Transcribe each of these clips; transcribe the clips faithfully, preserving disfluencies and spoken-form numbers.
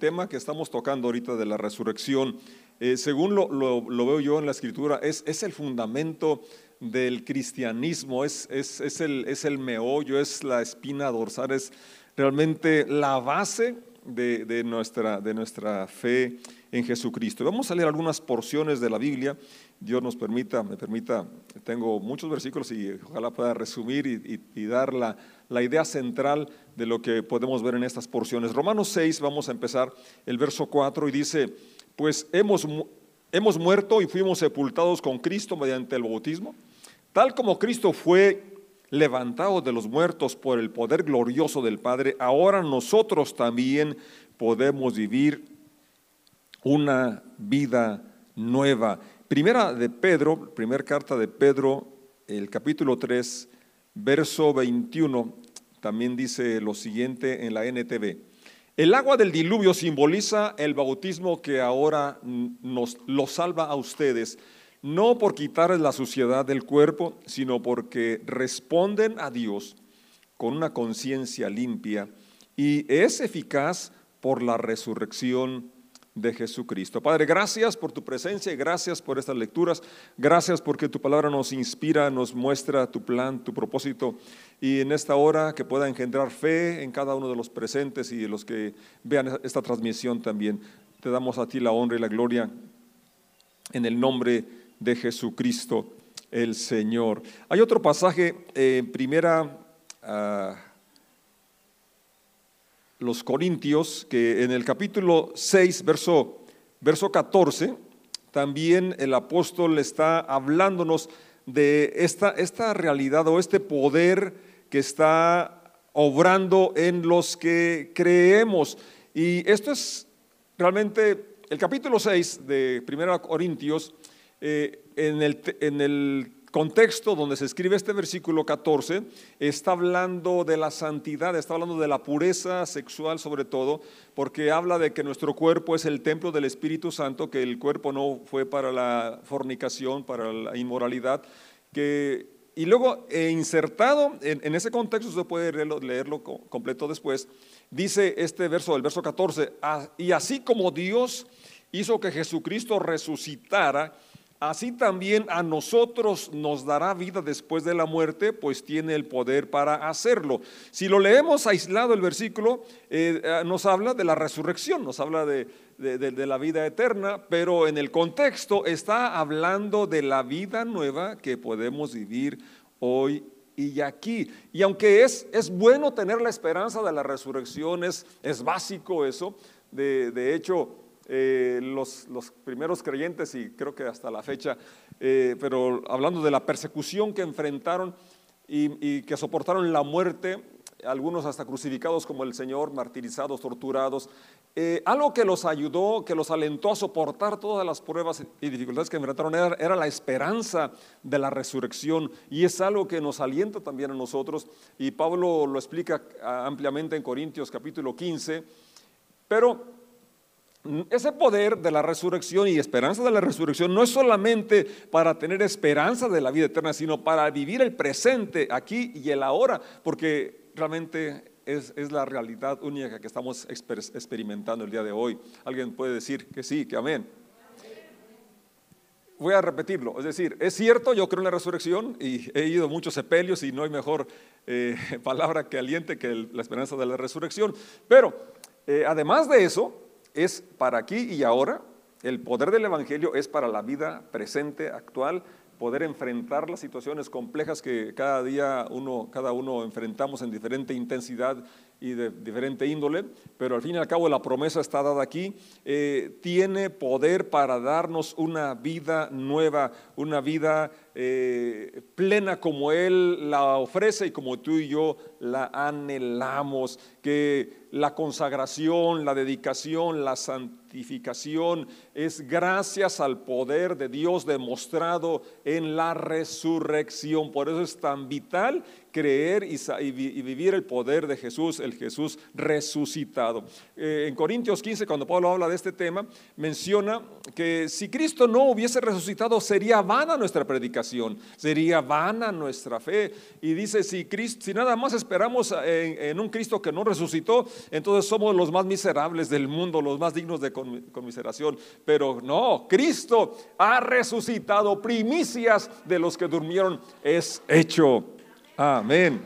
tema que estamos tocando ahorita de la resurrección, eh, según lo, lo, lo veo yo en la Escritura, es, es el fundamento del cristianismo, es, es, es, el, es el meollo, es la espina dorsal, es realmente la base de, de, nuestra, de nuestra fe en Jesucristo. Vamos a leer algunas porciones de la Biblia. Dios nos permita, me permita, tengo muchos versículos y ojalá pueda resumir y, y, y dar la, la idea central de lo que podemos ver en estas porciones. Romanos seis, vamos a empezar el verso cuatro y dice: pues hemos, hemos muerto y fuimos sepultados con Cristo mediante el bautismo, tal como Cristo fue levantado de los muertos por el poder glorioso del Padre, ahora nosotros también podemos vivir una vida nueva. Primera de Pedro, primera carta de Pedro, el capítulo tres, verso veintiuno, también dice lo siguiente en la N T V: el agua del diluvio simboliza el bautismo que ahora nos lo salva a ustedes, no por quitarles la suciedad del cuerpo, sino porque responden a Dios con una conciencia limpia, y es eficaz por la resurrección de Jesucristo. Padre, gracias por tu presencia y gracias por estas lecturas. Gracias porque tu palabra nos inspira, nos muestra tu plan, tu propósito, y en esta hora que pueda engendrar fe en cada uno de los presentes y de los que vean esta transmisión también. Te damos a ti la honra y la gloria en el nombre de Jesucristo el Señor. Hay otro pasaje en primera uh, los Corintios, que en el capítulo seis, verso, verso catorce, también el apóstol está hablándonos de esta, esta realidad o este poder que está obrando en los que creemos. Y esto es realmente el capítulo seis de primera Corintios, eh, en, el, en el contexto donde se escribe este versículo catorce, está hablando de la santidad, está hablando de la pureza sexual sobre todo, porque habla de que nuestro cuerpo es el templo del Espíritu Santo, que el cuerpo no fue para la fornicación, para la inmoralidad, que, y luego eh, insertado en, en ese contexto, usted puede leerlo, leerlo completo después, dice este verso, el verso catorce: ah, y así como Dios hizo que Jesucristo resucitara, así también a nosotros nos dará vida después de la muerte, pues tiene el poder para hacerlo. Si lo leemos aislado el versículo, eh, nos habla de la resurrección, nos habla de, de, de, de la vida eterna, pero en el contexto está hablando de la vida nueva que podemos vivir hoy y aquí. Y aunque es, es bueno tener la esperanza de la resurrección, es, es básico eso, de, de hecho, Eh, los, los primeros creyentes, y creo que hasta la fecha, eh, pero hablando de la persecución que enfrentaron y, y que soportaron la muerte, algunos hasta crucificados como el Señor, martirizados, torturados, eh, algo que los ayudó, que los alentó a soportar todas las pruebas y dificultades que enfrentaron era, era la esperanza de la resurrección, y es algo que nos alienta también a nosotros, y Pablo lo explica ampliamente en Corintios capítulo quince, pero ese poder de la resurrección y esperanza de la resurrección no es solamente para tener esperanza de la vida eterna, sino para vivir el presente aquí y el ahora, porque realmente es, es la realidad única que estamos exper experimentando el día de hoy. ¿Alguien puede decir que sí, que amén? Voy a repetirlo, es decir, es cierto, yo creo en la resurrección y he ido a muchos sepelios y no hay mejor eh, palabra que aliente que el, la esperanza de la resurrección, pero eh, además de eso, es para aquí y ahora. El poder del Evangelio es para la vida presente, actual, poder enfrentar las situaciones complejas que cada día uno, cada uno enfrentamos en diferente intensidad y de diferente índole, pero al fin y al cabo la promesa está dada aquí. Eh, tiene poder para darnos una vida nueva, una vida eh, plena como Él la ofrece y como tú y yo la anhelamos, que la consagración, la dedicación, la santificación es gracias al poder de Dios demostrado en la resurrección. Por eso es tan vital creer y, y vivir el poder de Jesús, el Jesús resucitado. Eh, en Corintios quince, cuando Pablo habla de este tema, menciona que si Cristo no hubiese resucitado, sería vana nuestra predicación, sería vana nuestra fe. Y dice, si, Cristo, si nada más esperamos en, en un Cristo que no resucitó, entonces somos los más miserables del mundo, los más dignos de conmiseración. Pero no, Cristo ha resucitado, primicias de los que durmieron es hecho. Amén.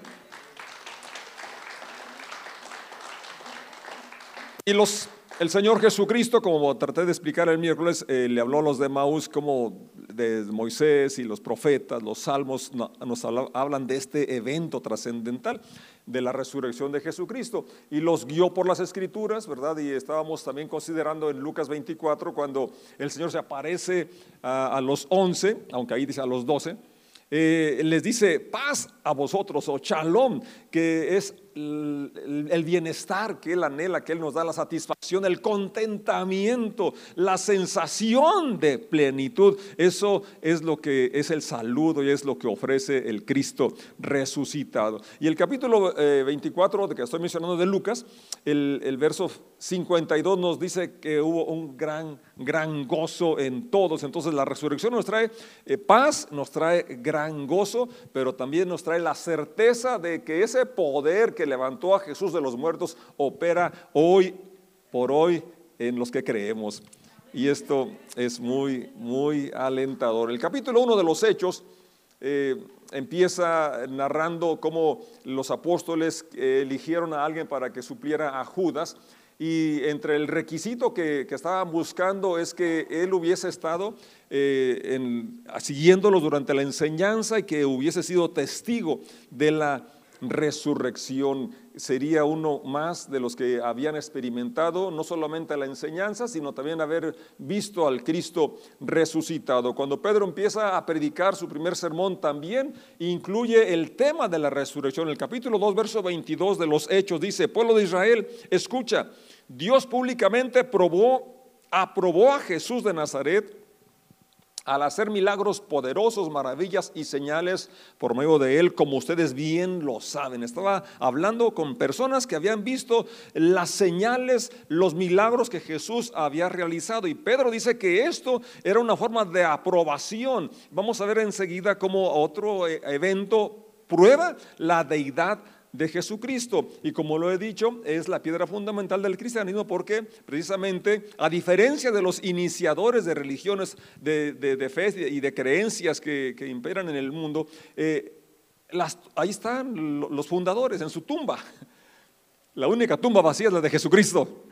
Y los, el Señor Jesucristo, como traté de explicar el miércoles, eh, le habló a los de Maús como de Moisés y los profetas, los salmos no, nos habla, hablan de este evento trascendental de la resurrección de Jesucristo, y los guió por las escrituras, ¿verdad? Y estábamos también considerando en Lucas veinticuatro, cuando el Señor se aparece a, a los once, aunque ahí dice a los doce, eh, les dice paz a vosotros, o shalom, que es el, el bienestar que Él anhela, que Él nos da, la satisfacción, el contentamiento, la sensación de plenitud. Eso es lo que es el saludo y es lo que ofrece el Cristo resucitado. Y el capítulo eh, veinticuatro de que estoy mencionando de Lucas, el, el verso cincuenta y dos nos dice que hubo un gran, gran gozo en todos. Entonces la resurrección nos trae eh, paz, nos trae gran gozo, pero también nos trae la certeza de que ese poder que levantó a Jesús de los muertos opera hoy por hoy en los que creemos. Y esto es muy, muy alentador. El capítulo uno de los Hechos eh, empieza narrando cómo los apóstoles eh, eligieron a alguien para que supliera a Judas. Y entre el requisito que, que estaban buscando es que él hubiese estado eh, en, siguiéndolos durante la enseñanza y que hubiese sido testigo de la resurrección. Sería uno más de los que habían experimentado no solamente la enseñanza, sino también haber visto al Cristo resucitado. Cuando Pedro empieza a predicar su primer sermón, también incluye el tema de la resurrección. El capítulo dos, verso veintidós de los Hechos dice: pueblo de Israel, escucha, Dios públicamente probó, aprobó a Jesús de Nazaret al hacer milagros poderosos, maravillas y señales por medio de él, como ustedes bien lo saben. Estaba hablando con personas que habían visto las señales, los milagros que Jesús había realizado, y Pedro dice que esto era una forma de aprobación. Vamos a ver enseguida cómo otro evento prueba la deidad de Jesucristo, y como lo he dicho, es la piedra fundamental del cristianismo, porque precisamente, a diferencia de los iniciadores de religiones de, de, de fe y de creencias que, que imperan en el mundo, eh, las, ahí están los fundadores en su tumba. La única tumba vacía es la de Jesucristo.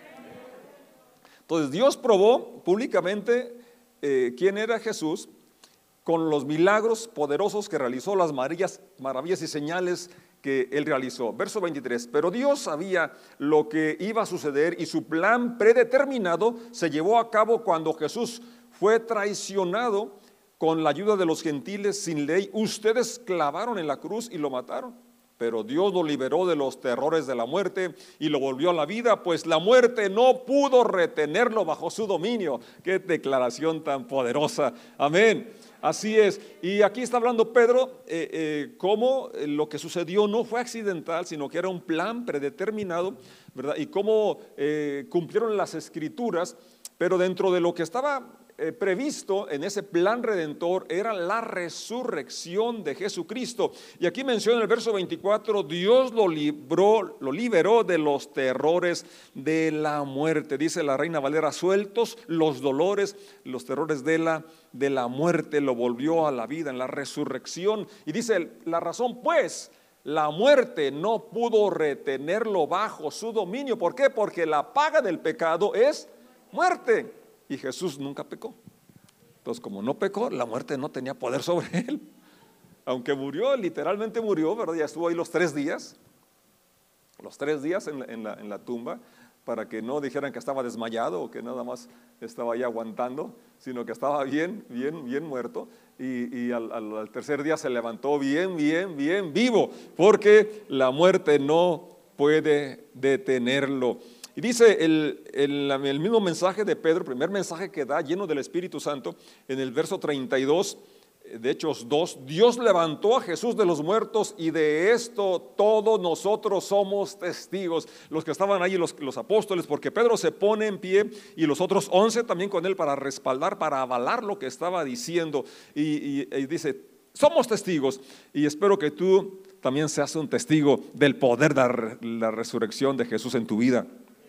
Entonces Dios probó públicamente eh, quién era Jesús con los milagros poderosos que realizó, las maravillas, maravillas y señales que él realizó. Verso veintitrés, pero Dios sabía lo que iba a suceder y su plan predeterminado se llevó a cabo cuando Jesús fue traicionado con la ayuda de los gentiles sin ley. Ustedes clavaron en la cruz y lo mataron, pero Dios lo liberó de los terrores de la muerte y lo volvió a la vida, pues la muerte no pudo retenerlo bajo su dominio. Qué declaración tan poderosa. Amén. Así es, y aquí está hablando Pedro eh, eh, cómo lo que sucedió no fue accidental, sino que era un plan predeterminado, ¿verdad? Y cómo eh, cumplieron las escrituras, pero dentro de lo que estaba eh, previsto en ese plan redentor era la resurrección de Jesucristo. Y aquí menciona en el verso veinticuatro, Dios lo libró, lo liberó de los terrores de la muerte. Dice la Reina Valera, sueltos los dolores, los terrores de la de la muerte, lo volvió a la vida en la resurrección. Y dice la razón, pues la muerte no pudo retenerlo bajo su dominio. ¿Por qué? Porque la paga del pecado es muerte, y Jesús nunca pecó. Entonces, como no pecó, la muerte no tenía poder sobre él. Aunque murió, literalmente murió, ¿verdad? Ya estuvo ahí los tres días, los tres días en la, en la, en la tumba, para que no dijeran que estaba desmayado o que nada más estaba ahí aguantando, sino que estaba bien, bien, bien muerto, y, y al, al, al tercer día se levantó bien, bien, bien vivo, porque la muerte no puede detenerlo. Y dice el, el, el mismo mensaje de Pedro, el primer mensaje que da lleno del Espíritu Santo, en el verso treinta y dos, de Hechos dos, Dios levantó a Jesús de los muertos y de esto todos nosotros somos testigos, los que estaban allí, los, los apóstoles, porque Pedro se pone en pie y los otros once también con él para respaldar, para avalar lo que estaba diciendo y, y, y dice, somos testigos y espero que tú también seas un testigo del poder de la, la resurrección de Jesús en tu vida.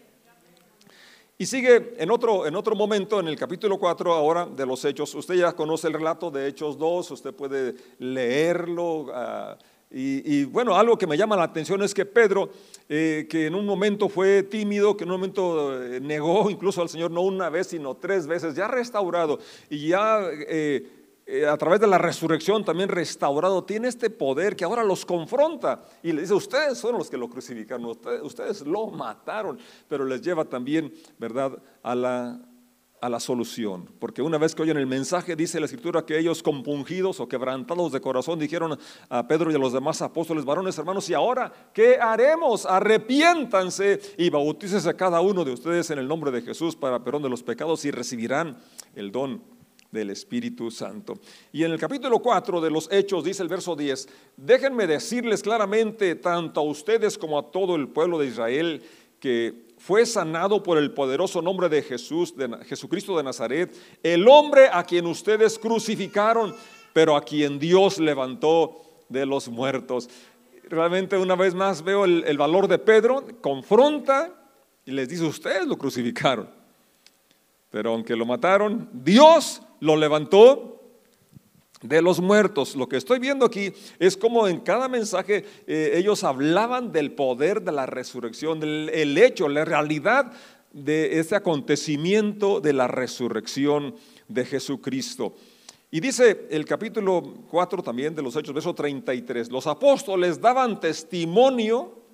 Y sigue en otro, en otro momento, en el capítulo cuatro ahora de los Hechos. Usted ya conoce el relato de Hechos dos, usted puede leerlo. Uh, y, y bueno, algo que me llama la atención es que Pedro, eh, que en un momento fue tímido, que en un momento eh, negó incluso al Señor no una vez, sino tres veces, ya restaurado y ya... Eh, Eh, a través de la resurrección también restaurado, tiene este poder que ahora los confronta y le dice, ustedes fueron los que lo crucificaron, ustedes, ustedes lo mataron, pero les lleva también, ¿verdad?, a la, a la solución, porque una vez que oyen el mensaje, dice la Escritura que ellos compungidos o quebrantados de corazón dijeron a Pedro y a los demás apóstoles, varones hermanos, y ahora, ¿qué haremos? Arrepiéntanse y bautícese cada uno de ustedes en el nombre de Jesús para perdón de los pecados y recibirán el don del Espíritu Santo. Y en el capítulo cuatro de los Hechos dice el verso diez, déjenme decirles claramente tanto a ustedes como a todo el pueblo de Israel que fue sanado por el poderoso nombre de Jesús, de Jesucristo de Nazaret, el hombre a quien ustedes crucificaron, pero a quien Dios levantó de los muertos. Realmente una vez más veo el, el valor de Pedro, confronta y les dice, ustedes lo crucificaron, pero aunque lo mataron, Dios lo levantó de los muertos. Lo que estoy viendo aquí es como en cada mensaje eh, ellos hablaban del poder de la resurrección, del el hecho, la realidad de este acontecimiento de la resurrección de Jesucristo. Y dice el capítulo cuatro también de los Hechos, verso treinta y tres, los apóstoles daban testimonio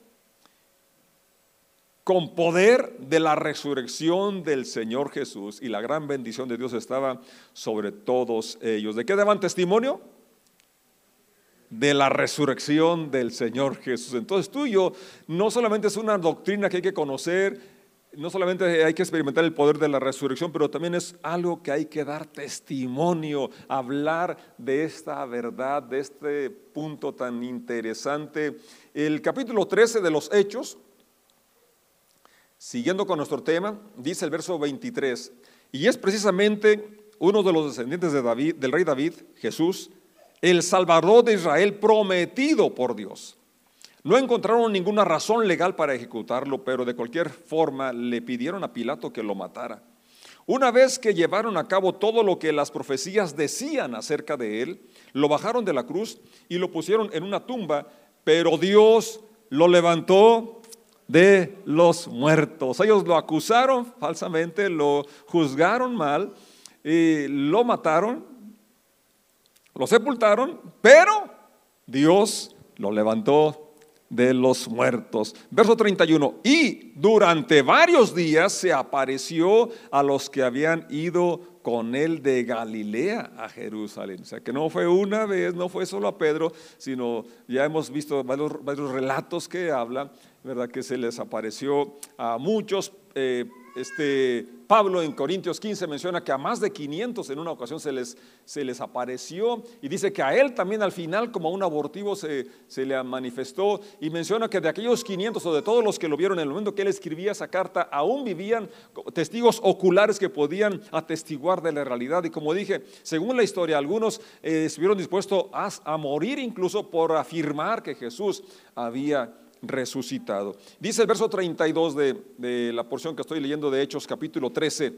con poder de la resurrección del Señor Jesús y la gran bendición de Dios estaba sobre todos ellos. ¿De qué daban testimonio? De la resurrección del Señor Jesús. Entonces tú y yo, no solamente es una doctrina que hay que conocer, no solamente hay que experimentar el poder de la resurrección, pero también es algo que hay que dar testimonio, hablar de esta verdad, de este punto tan interesante. El capítulo trece de los Hechos, siguiendo con nuestro tema, dice el verso veintitrés, y es precisamente uno de los descendientes de David, del rey David, Jesús, el Salvador de Israel prometido por Dios. No encontraron ninguna razón legal para ejecutarlo, pero de cualquier forma le pidieron a Pilato que lo matara. Una vez que llevaron a cabo todo lo que las profecías decían acerca de él, lo bajaron de la cruz y lo pusieron en una tumba, pero Dios lo levantó de los muertos. Ellos lo acusaron falsamente, lo juzgaron mal, y lo mataron, lo sepultaron, pero Dios lo levantó de los muertos. Verso treinta y uno, y durante varios días se apareció a los que habían ido con él de Galilea a Jerusalén. O sea que no fue una vez, no fue solo a Pedro, sino ya hemos visto varios, varios relatos que hablan, ¿verdad?, que se les apareció a muchos. eh, este Pablo en Corintios quince menciona que a más de quinientos en una ocasión se les, se les apareció, y dice que a él también al final como a un abortivo se, se le manifestó, y menciona que de aquellos quinientos o de todos los que lo vieron en el momento que él escribía esa carta, aún vivían testigos oculares que podían atestiguar de la realidad. Y como dije, según la historia, algunos eh, estuvieron dispuestos a, a morir incluso por afirmar que Jesús había resucitado. Dice el verso treinta y dos de, de la porción que estoy leyendo de Hechos capítulo trece,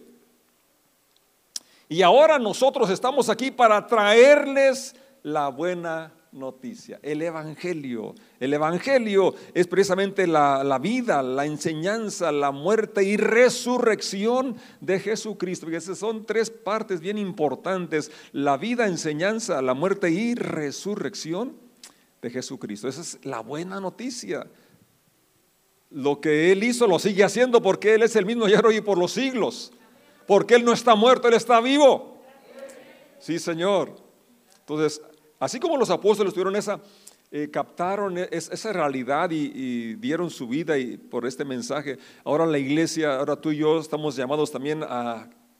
y ahora nosotros estamos aquí para traerles la buena noticia, el evangelio. El evangelio es precisamente la, la vida, la enseñanza, la muerte y resurrección de Jesucristo. Y esas son tres partes bien importantes: la vida, enseñanza, la muerte y resurrección de Jesucristo. Esa es la buena noticia. Lo que Él hizo lo sigue haciendo, porque Él es el mismo ayer, hoy y por los siglos, porque Él no está muerto, Él está vivo. Sí, Señor. Entonces, así como los apóstoles tuvieron esa, eh, captaron es, esa realidad y, y dieron su vida y por este mensaje, ahora la iglesia, ahora tú y yo estamos llamados también a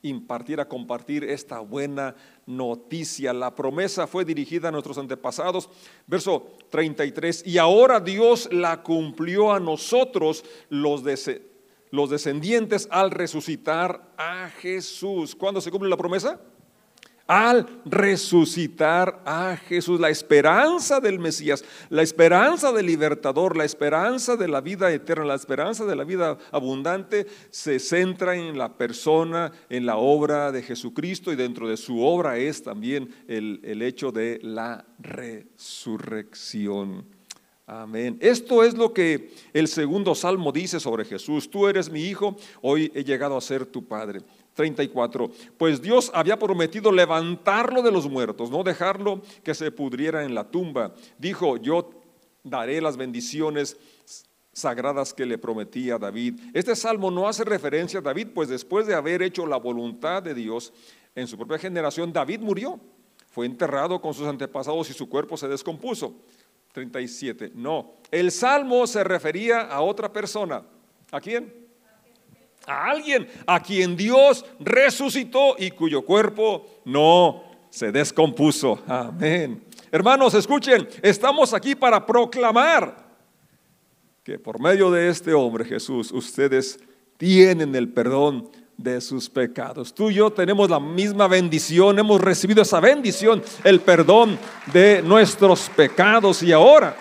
impartir, a compartir esta buena noticia. La promesa fue dirigida a nuestros antepasados. Verso treinta y tres, y ahora Dios la cumplió a nosotros, los, des- los descendientes, al resucitar a Jesús. ¿Cuándo se cumple la promesa? Al resucitar a Jesús, la esperanza del Mesías, la esperanza del libertador, la esperanza de la vida eterna, la esperanza de la vida abundante se centra en la persona, en la obra de Jesucristo, y dentro de su obra es también el, el hecho de la resurrección. Amén. Esto es lo que el segundo salmo dice sobre Jesús: tú eres mi hijo, hoy he llegado a ser tu padre. treinta y cuatro, pues Dios había prometido levantarlo de los muertos, no dejarlo que se pudriera en la tumba. Dijo: yo daré las bendiciones sagradas que le prometí a David. Este salmo no hace referencia a David, pues después de haber hecho la voluntad de Dios en su propia generación, David murió, fue enterrado con sus antepasados y su cuerpo se descompuso. treinta y siete, no, el salmo se refería a otra persona. ¿A quién? A alguien a quien Dios resucitó y cuyo cuerpo no se descompuso. Amén. Hermanos, escuchen, estamos aquí para proclamar que por medio de este hombre Jesús, ustedes tienen el perdón de sus pecados. Tú y yo tenemos la misma bendición, hemos recibido esa bendición, el perdón de nuestros pecados, y ahora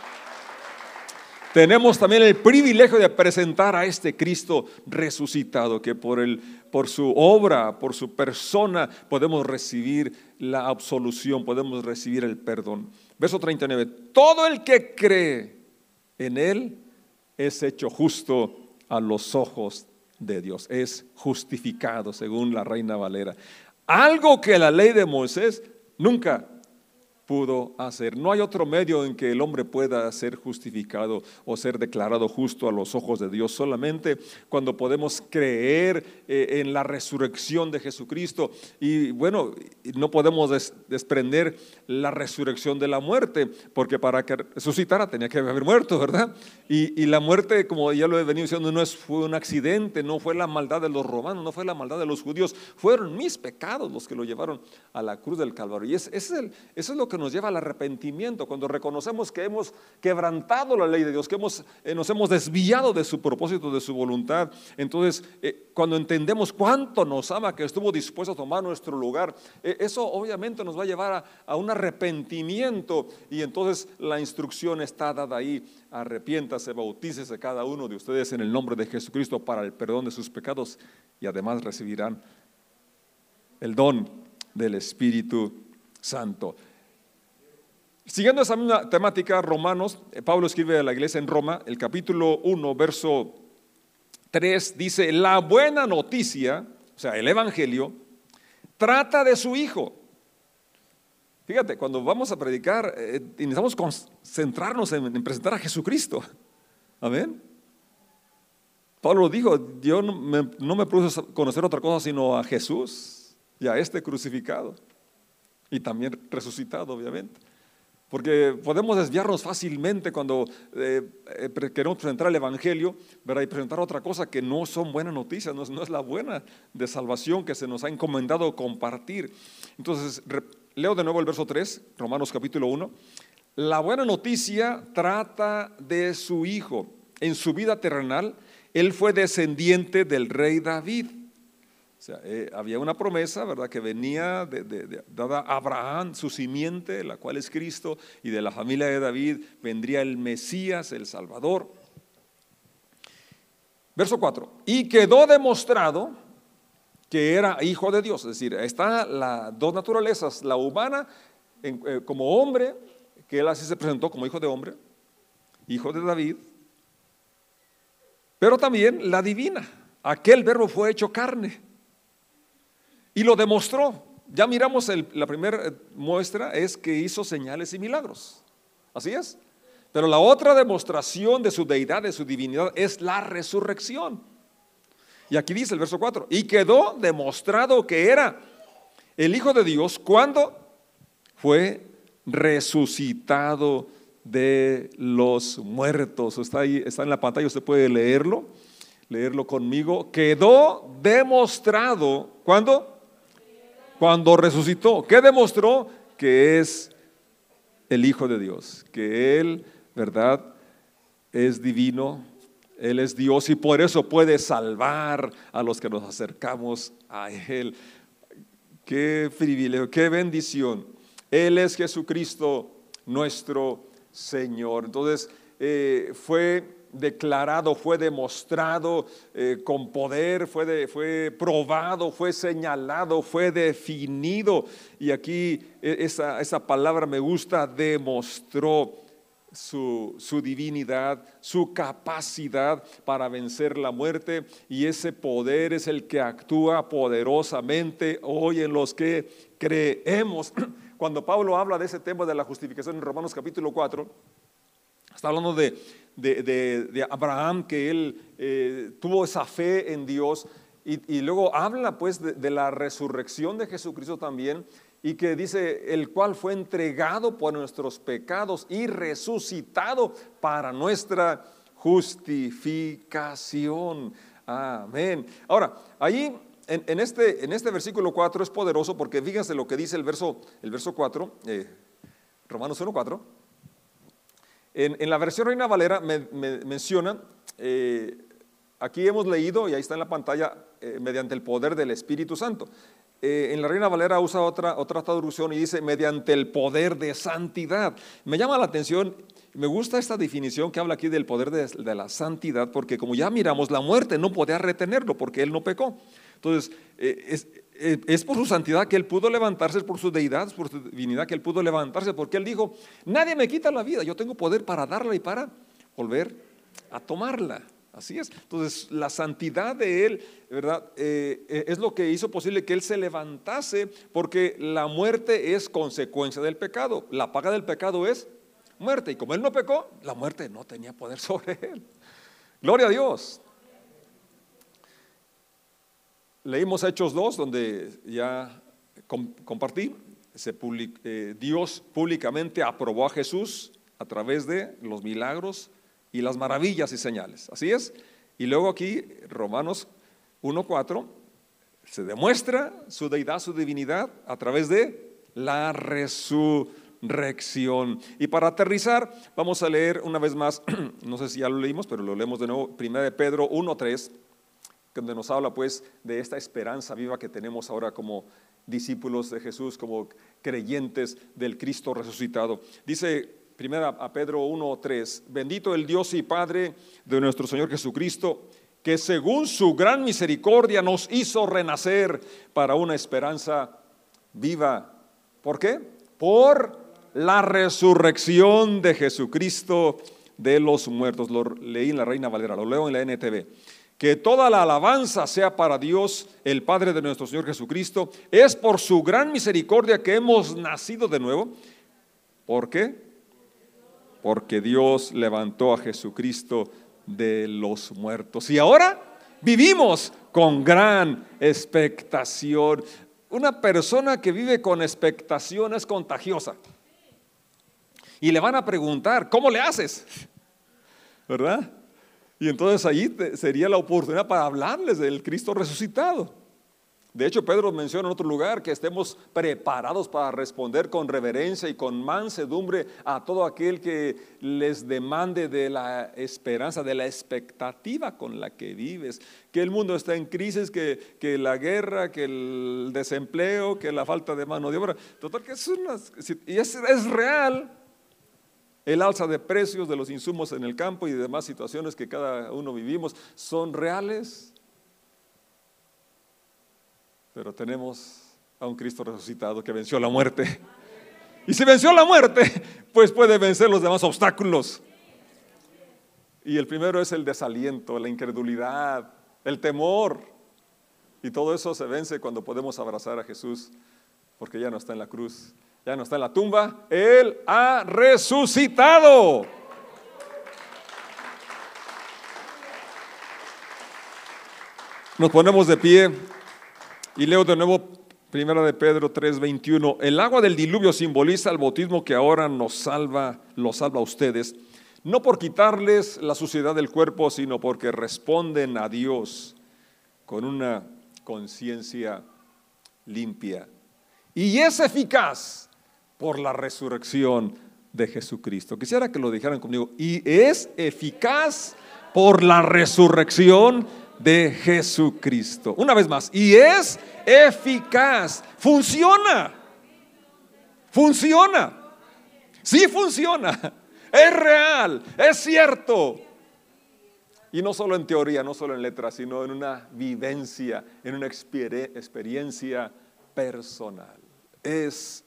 tenemos también el privilegio de presentar a este Cristo resucitado, que por, el, por su obra, por su persona, podemos recibir la absolución, podemos recibir el perdón. Verso treinta y nueve, todo el que cree en Él es hecho justo a los ojos de Dios, es justificado, según la Reina Valera. Algo que la ley de Moisés nunca pudo hacer. No hay otro medio en que el hombre pueda ser justificado o ser declarado justo a los ojos de Dios, solamente cuando podemos creer eh, en la resurrección de Jesucristo. Y bueno, no podemos des- desprender la resurrección de la muerte, porque para que resucitara tenía que haber muerto, ¿verdad? Y, y la muerte, como ya lo he venido diciendo, no es, fue un accidente, no fue la maldad de los romanos, no fue la maldad de los judíos, fueron mis pecados los que lo llevaron a la cruz del Calvario. Y es, es el, eso es lo que nos lleva al arrepentimiento, cuando reconocemos que hemos quebrantado la ley de Dios, que hemos, eh, nos hemos desviado de su propósito, de su voluntad. Entonces, eh, cuando entendemos cuánto nos ama, que estuvo dispuesto a tomar nuestro lugar, eh, eso obviamente nos va a llevar a, a un arrepentimiento, y entonces la instrucción está dada ahí: arrepiéntase, bautícese cada uno de ustedes en el nombre de Jesucristo para el perdón de sus pecados, y además recibirán el don del Espíritu Santo. Siguiendo esa misma temática, Romanos, Pablo escribe a la iglesia en Roma, el capítulo uno, verso tres, dice: la buena noticia, o sea, el evangelio, trata de su Hijo. Fíjate, cuando vamos a predicar, eh, necesitamos concentrarnos en, en presentar a Jesucristo. Amén. Pablo dijo: yo no me, no me produce conocer otra cosa sino a Jesús y a este crucificado y también resucitado, obviamente. Porque podemos desviarnos fácilmente cuando eh, eh, queremos presentar el evangelio, ¿verdad? Y presentar otra cosa que no son buenas noticias, no es, no es la buena de salvación que se nos ha encomendado compartir. Entonces, re, leo de nuevo el verso tres, Romanos capítulo uno. La buena noticia trata de su Hijo. En su vida terrenal, Él fue descendiente del rey David. O sea, eh, había una promesa, ¿verdad?, que venía de, de, de, dada a Abraham, su simiente, la cual es Cristo, y de la familia de David vendría el Mesías, el Salvador. Verso cuatro, y quedó demostrado que era hijo de Dios. Es decir, están las dos naturalezas, la humana en, eh, como hombre, que él así se presentó como hijo de hombre, hijo de David, pero también la divina. Aquel verbo fue hecho carne y lo demostró. Ya miramos el, la primera muestra es que hizo señales y milagros, así es. Pero la otra demostración de su deidad, de su divinidad, es la resurrección. Y aquí dice el verso cuatro, y quedó demostrado que era el Hijo de Dios cuando fue resucitado de los muertos. Está ahí, está en la pantalla, usted puede leerlo. leerlo conmigo. Quedó demostrado, ¿cuándo? Cuando resucitó. ¿Qué demostró? Que es el Hijo de Dios, que Él, ¿verdad?, es divino, Él es Dios y por eso puede salvar a los que nos acercamos a Él. Qué privilegio, qué bendición. Él es Jesucristo, nuestro Señor. Entonces, eh, fue declarado, fue demostrado eh, con poder, fue, de, fue probado, fue señalado, fue definido. Y aquí esa, esa palabra me gusta, demostró su, su divinidad, su capacidad para vencer la muerte, y ese poder es el que actúa poderosamente hoy en los que creemos. Cuando Pablo habla de ese tema de la justificación en Romanos capítulo cuatro, está hablando de, de, de, de Abraham, que él eh, tuvo esa fe en Dios, y, y luego habla pues de, de la resurrección de Jesucristo también, y que dice, el cual fue entregado por nuestros pecados y resucitado para nuestra justificación. Amén. Ahora, ahí en, en, este, en este versículo cuatro es poderoso, porque fíjense lo que dice el verso, el verso cuatro, eh, Romanos uno cuatro. En, en la versión Reina Valera me, me menciona, eh, aquí hemos leído, y ahí está en la pantalla, eh, mediante el poder del Espíritu Santo. Eh, en la Reina Valera usa otra, otra traducción y dice, mediante el poder de santidad. Me llama la atención, me gusta esta definición que habla aquí del poder de, de la santidad, porque como ya miramos, la muerte no podía retenerlo porque Él no pecó. Entonces, eh, es, eh, es por su santidad que Él pudo levantarse, es por su deidad, es por su divinidad que Él pudo levantarse, porque Él dijo, nadie me quita la vida, yo tengo poder para darla y para volver a tomarla. Así es. Entonces, la santidad de Él, ¿verdad?, Eh, es lo que hizo posible que Él se levantase, porque la muerte es consecuencia del pecado. La paga del pecado es muerte, y como Él no pecó, la muerte no tenía poder sobre Él. Gloria a Dios. Leímos Hechos dos, donde ya compartí, se public, eh, Dios públicamente aprobó a Jesús a través de los milagros y las maravillas y señales, así es. Y luego aquí, Romanos uno cuatro, se demuestra su deidad, su divinidad a través de la resurrección. Y para aterrizar, vamos a leer una vez más, no sé si ya lo leímos, pero lo leemos de nuevo, primera de Pedro uno tres, donde nos habla pues de esta esperanza viva que tenemos ahora como discípulos de Jesús, como creyentes del Cristo resucitado. Dice Primera a Pedro uno tres, bendito el Dios y Padre de nuestro Señor Jesucristo, que según su gran misericordia nos hizo renacer para una esperanza viva. ¿Por qué? Por la resurrección de Jesucristo de los muertos. Lo leí en la Reina Valera, lo leo en la N T V. Que toda la alabanza sea para Dios, el Padre de nuestro Señor Jesucristo. Es por su gran misericordia que hemos nacido de nuevo. ¿Por qué? Porque Dios levantó a Jesucristo de los muertos. Y ahora vivimos con gran expectación. Una persona que vive con expectación es contagiosa. Y le van a preguntar, ¿cómo le haces? ¿Verdad? Y entonces allí sería la oportunidad para hablarles del Cristo resucitado. De hecho, Pedro menciona en otro lugar que estemos preparados para responder con reverencia y con mansedumbre a todo aquel que les demande de la esperanza, de la expectativa con la que vives. Que el mundo está en crisis, que, que la guerra, que el desempleo, que la falta de mano de obra. Total, que es, una, y es, es real. El alza de precios de los insumos en el campo y demás situaciones que cada uno vivimos son reales. Pero tenemos a un Cristo resucitado que venció la muerte. Y si venció la muerte, pues puede vencer los demás obstáculos. Y el primero es el desaliento, la incredulidad, el temor. Y todo eso se vence cuando podemos abrazar a Jesús, porque ya no está en la cruz, ya no está en la tumba, Él ha resucitado. Nos ponemos de pie. Y leo de nuevo Primera de Pedro tres veintiuno. El agua del diluvio simboliza el bautismo que ahora nos salva, los salva a ustedes. no por quitarles la suciedad del cuerpo, sino porque responden a Dios con una conciencia limpia. Y es eficaz por la resurrección de Jesucristo. Quisiera que lo dijeran conmigo. Y es eficaz por la resurrección de Jesucristo. Una vez más. Y es eficaz. Funciona. Funciona. Sí funciona. Es real. Es cierto. Y no solo en teoría, no solo en letras, sino en una vivencia, en una experiencia personal. Es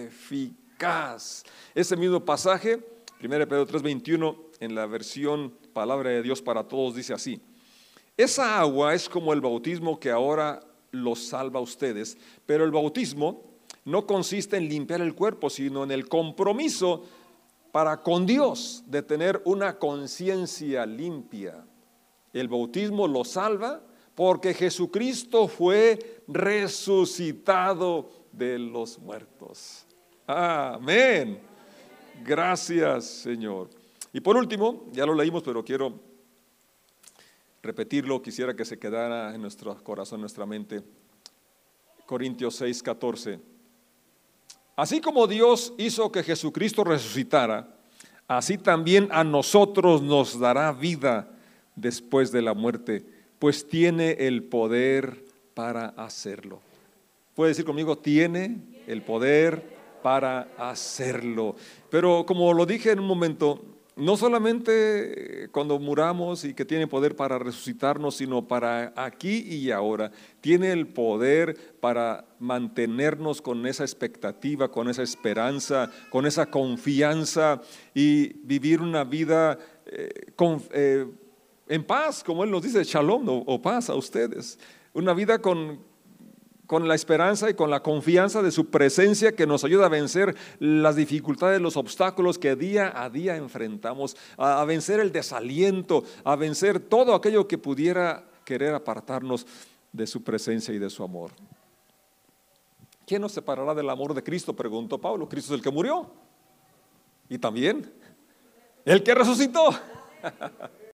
eficaz. Ese mismo pasaje, primera de Pedro tres veintiuno, en la versión Palabra de Dios para Todos, dice así: esa agua es como el bautismo que ahora los salva a ustedes, pero el bautismo no consiste en limpiar el cuerpo, sino en el compromiso para con Dios de tener una conciencia limpia. El bautismo lo salva porque Jesucristo fue resucitado de los muertos. Amén. Gracias, Señor. Y por último, ya lo leímos, pero quiero repetirlo, quisiera que se quedara en nuestro corazón, en nuestra mente. Corintios seis, catorce. Así como Dios hizo que Jesucristo resucitara, así también a nosotros nos dará vida después de la muerte, pues tiene el poder para hacerlo. Puede decir conmigo, tiene el poder para hacerlo. Pero como lo dije en un momento, no solamente cuando muramos y que tiene poder para resucitarnos, sino para aquí y ahora. Tiene el poder para mantenernos con esa expectativa, con esa esperanza, con esa confianza y vivir una vida eh, con, eh, en paz, como Él nos dice, shalom o, o paz a ustedes. Una vida con, con la esperanza y con la confianza de su presencia que nos ayuda a vencer las dificultades, los obstáculos que día a día enfrentamos, a, a vencer el desaliento, a vencer todo aquello que pudiera querer apartarnos de su presencia y de su amor. ¿Quién nos separará del amor de Cristo?, preguntó Pablo. Cristo es el que murió y también el que resucitó.